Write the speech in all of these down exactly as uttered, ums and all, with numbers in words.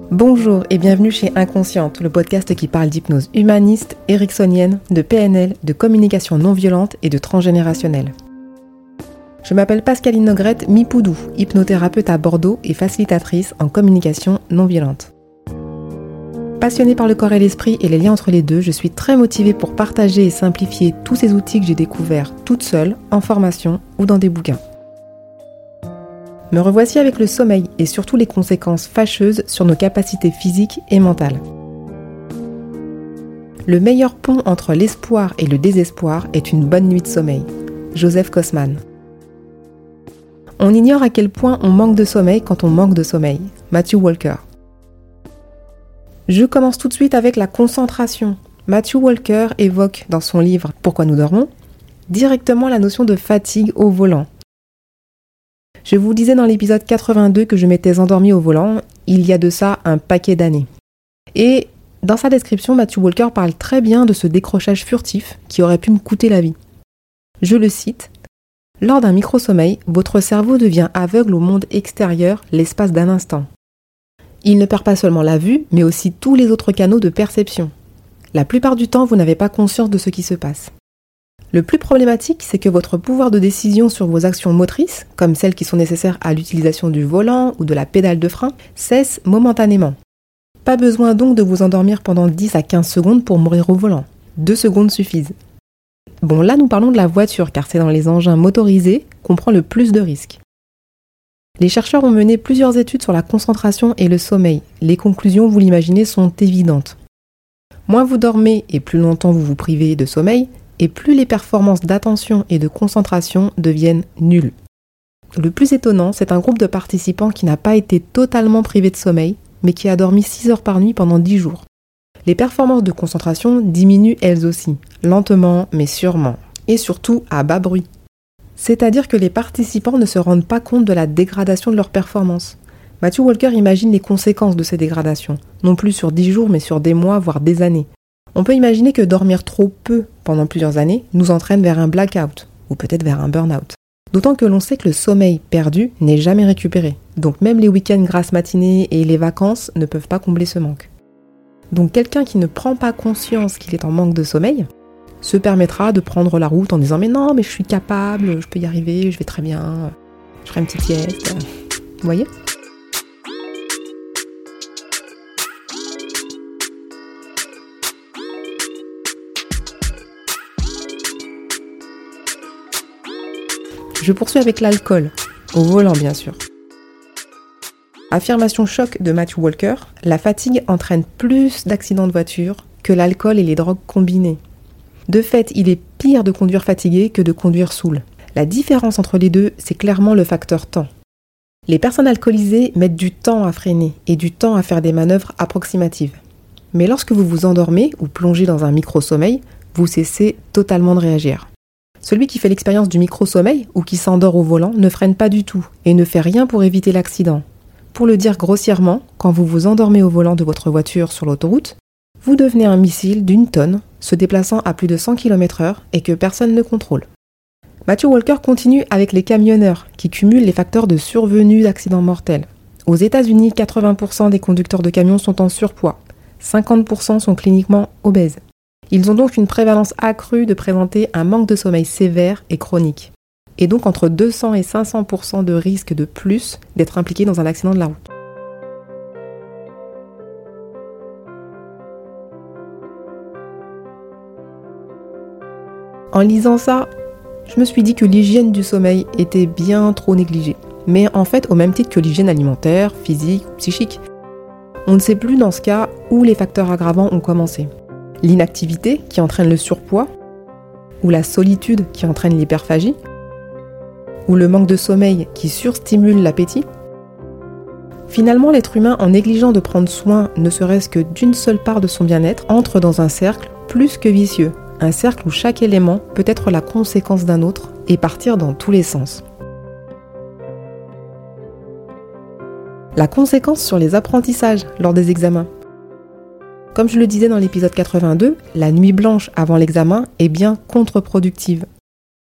Bonjour et bienvenue chez Inconsciente, le podcast qui parle d'hypnose humaniste, ericksonienne, de P N L, de communication non violente et de transgénérationnelle. Je m'appelle Pascaline Nogrette Mipoudou, hypnothérapeute à Bordeaux et facilitatrice en communication non violente. Passionnée par le corps et l'esprit et les liens entre les deux, je suis très motivée pour partager et simplifier tous ces outils que j'ai découverts toute seule, en formation ou dans des bouquins. Me revoici avec le sommeil et surtout les conséquences fâcheuses sur nos capacités physiques et mentales. Le meilleur pont entre l'espoir et le désespoir est une bonne nuit de sommeil. Joseph Kosman. On ignore à quel point on manque de sommeil quand on manque de sommeil. Matthew Walker. Je commence tout de suite avec la concentration. Matthew Walker évoque dans son livre « Pourquoi nous dormons ?» directement la notion de fatigue au volant. Je vous disais dans l'épisode quatre-vingt-deux que je m'étais endormie au volant, il y a de ça un paquet d'années. Et dans sa description, Matthew Walker parle très bien de ce décrochage furtif qui aurait pu me coûter la vie. Je le cite, « Lors d'un micro-sommeil, votre cerveau devient aveugle au monde extérieur l'espace d'un instant. Il ne perd pas seulement la vue, mais aussi tous les autres canaux de perception. La plupart du temps, vous n'avez pas conscience de ce qui se passe. Le plus problématique, c'est que votre pouvoir de décision sur vos actions motrices, comme celles qui sont nécessaires à l'utilisation du volant ou de la pédale de frein, cesse momentanément. Pas besoin donc de vous endormir pendant dix à quinze secondes pour mourir au volant. Deux secondes suffisent. Bon, là nous parlons de la voiture, car c'est dans les engins motorisés qu'on prend le plus de risques. Les chercheurs ont mené plusieurs études sur la concentration et le sommeil. Les conclusions, vous l'imaginez, sont évidentes. Moins vous dormez et plus longtemps vous vous privez de sommeil, et plus les performances d'attention et de concentration deviennent nulles. Le plus étonnant, c'est un groupe de participants qui n'a pas été totalement privé de sommeil, mais qui a dormi six heures par nuit pendant dix jours. Les performances de concentration diminuent elles aussi, lentement mais sûrement, et surtout à bas bruit. C'est-à-dire que les participants ne se rendent pas compte de la dégradation de leurs performances. Matthew Walker imagine les conséquences de ces dégradations, non plus sur dix jours mais sur des mois, voire des années. On peut imaginer que dormir trop peu pendant plusieurs années nous entraîne vers un blackout, ou peut-être vers un burn-out. D'autant que l'on sait que le sommeil perdu n'est jamais récupéré. Donc même les week-ends grasses matinées et les vacances ne peuvent pas combler ce manque. Donc quelqu'un qui ne prend pas conscience qu'il est en manque de sommeil se permettra de prendre la route en disant « mais non, mais je suis capable, je peux y arriver, je vais très bien, je ferai une petite sieste. » Vous voyez ? Je poursuis avec l'alcool, au volant bien sûr. Affirmation choc de Matthew Walker, la fatigue entraîne plus d'accidents de voiture que l'alcool et les drogues combinées. De fait, il est pire de conduire fatigué que de conduire saoul. La différence entre les deux, c'est clairement le facteur temps. Les personnes alcoolisées mettent du temps à freiner et du temps à faire des manœuvres approximatives. Mais lorsque vous vous endormez ou plongez dans un micro-sommeil, vous cessez totalement de réagir. Celui qui fait l'expérience du micro-sommeil ou qui s'endort au volant ne freine pas du tout et ne fait rien pour éviter l'accident. Pour le dire grossièrement, quand vous vous endormez au volant de votre voiture sur l'autoroute, vous devenez un missile d'une tonne, se déplaçant à plus de cent kilomètres heure et que personne ne contrôle. Matthew Walker continue avec les camionneurs qui cumulent les facteurs de survenue d'accidents mortels. Aux États-Unis, quatre-vingts pour cent des conducteurs de camions sont en surpoids, cinquante pour cent sont cliniquement obèses. Ils ont donc une prévalence accrue de présenter un manque de sommeil sévère et chronique, et donc entre deux cents et cinq cents pour cent de risque de plus d'être impliqués dans un accident de la route. En lisant ça, je me suis dit que l'hygiène du sommeil était bien trop négligée, mais en fait au même titre que l'hygiène alimentaire, physique ou psychique. On ne sait plus dans ce cas où les facteurs aggravants ont commencé. L'inactivité qui entraîne le surpoids, ou la solitude qui entraîne l'hyperphagie, ou le manque de sommeil qui surstimule l'appétit. Finalement, l'être humain, en négligeant de prendre soin ne serait-ce que d'une seule part de son bien-être, entre dans un cercle plus que vicieux, un cercle où chaque élément peut être la conséquence d'un autre et partir dans tous les sens. La conséquence sur les apprentissages lors des examens. Comme je le disais dans l'épisode quatre-vingt-deux, la nuit blanche avant l'examen est bien contre-productive.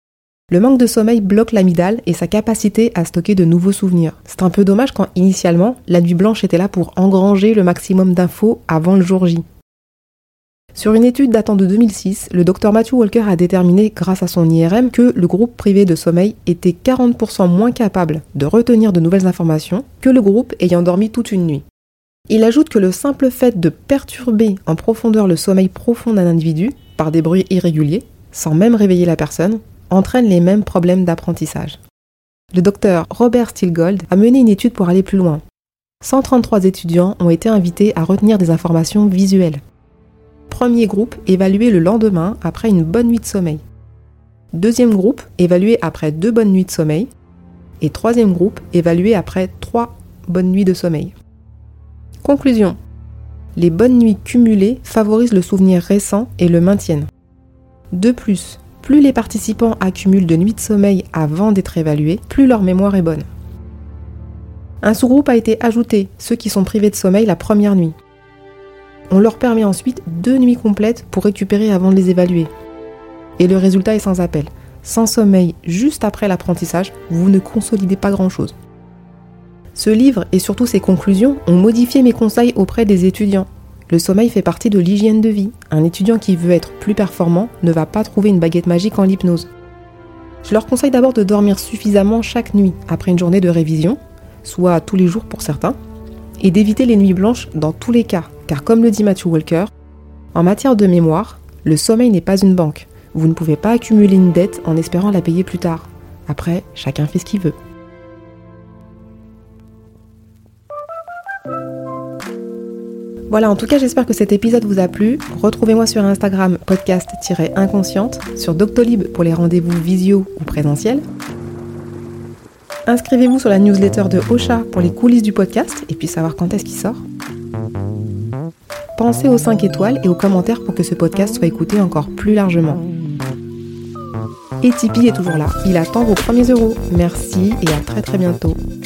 Le manque de sommeil bloque l'amygdale et sa capacité à stocker de nouveaux souvenirs. C'est un peu dommage quand, initialement, la nuit blanche était là pour engranger le maximum d'infos avant le jour J. Sur une étude datant de deux mille six, le docteur Matthew Walker a déterminé, grâce à son I R M, que le groupe privé de sommeil était quarante pour cent moins capable de retenir de nouvelles informations que le groupe ayant dormi toute une nuit. Il ajoute que le simple fait de perturber en profondeur le sommeil profond d'un individu, par des bruits irréguliers, sans même réveiller la personne, entraîne les mêmes problèmes d'apprentissage. Le docteur Robert Stilgold a mené une étude pour aller plus loin. cent trente-trois étudiants ont été invités à retenir des informations visuelles. Premier groupe évalué le lendemain après une bonne nuit de sommeil. Deuxième groupe évalué après deux bonnes nuits de sommeil. Et troisième groupe évalué après trois bonnes nuits de sommeil. Conclusion. Les bonnes nuits cumulées favorisent le souvenir récent et le maintiennent. De plus, plus les participants accumulent de nuits de sommeil avant d'être évalués, plus leur mémoire est bonne. Un sous-groupe a été ajouté, ceux qui sont privés de sommeil la première nuit. On leur permet ensuite deux nuits complètes pour récupérer avant de les évaluer. Et le résultat est sans appel. Sans sommeil, juste après l'apprentissage, vous ne consolidez pas grand-chose. Ce livre et surtout ses conclusions ont modifié mes conseils auprès des étudiants. Le sommeil fait partie de l'hygiène de vie. Un étudiant qui veut être plus performant ne va pas trouver une baguette magique en l'hypnose. Je leur conseille d'abord de dormir suffisamment chaque nuit après une journée de révision, soit tous les jours pour certains, et d'éviter les nuits blanches dans tous les cas, car comme le dit Matthew Walker, en matière de mémoire, le sommeil n'est pas une banque. Vous ne pouvez pas accumuler une dette en espérant la payer plus tard. Après, chacun fait ce qu'il veut. Voilà, en tout cas, j'espère que cet épisode vous a plu. Retrouvez-moi sur Instagram podcast-inconsciente, sur Doctolib pour les rendez-vous visio ou présentiels. Inscrivez-vous sur la newsletter de Ocha pour les coulisses du podcast et puis savoir quand est-ce qu'il sort. Pensez aux cinq étoiles et aux commentaires pour que ce podcast soit écouté encore plus largement. Et Tipeee est toujours là, il attend vos premiers euros. Merci et à très très bientôt.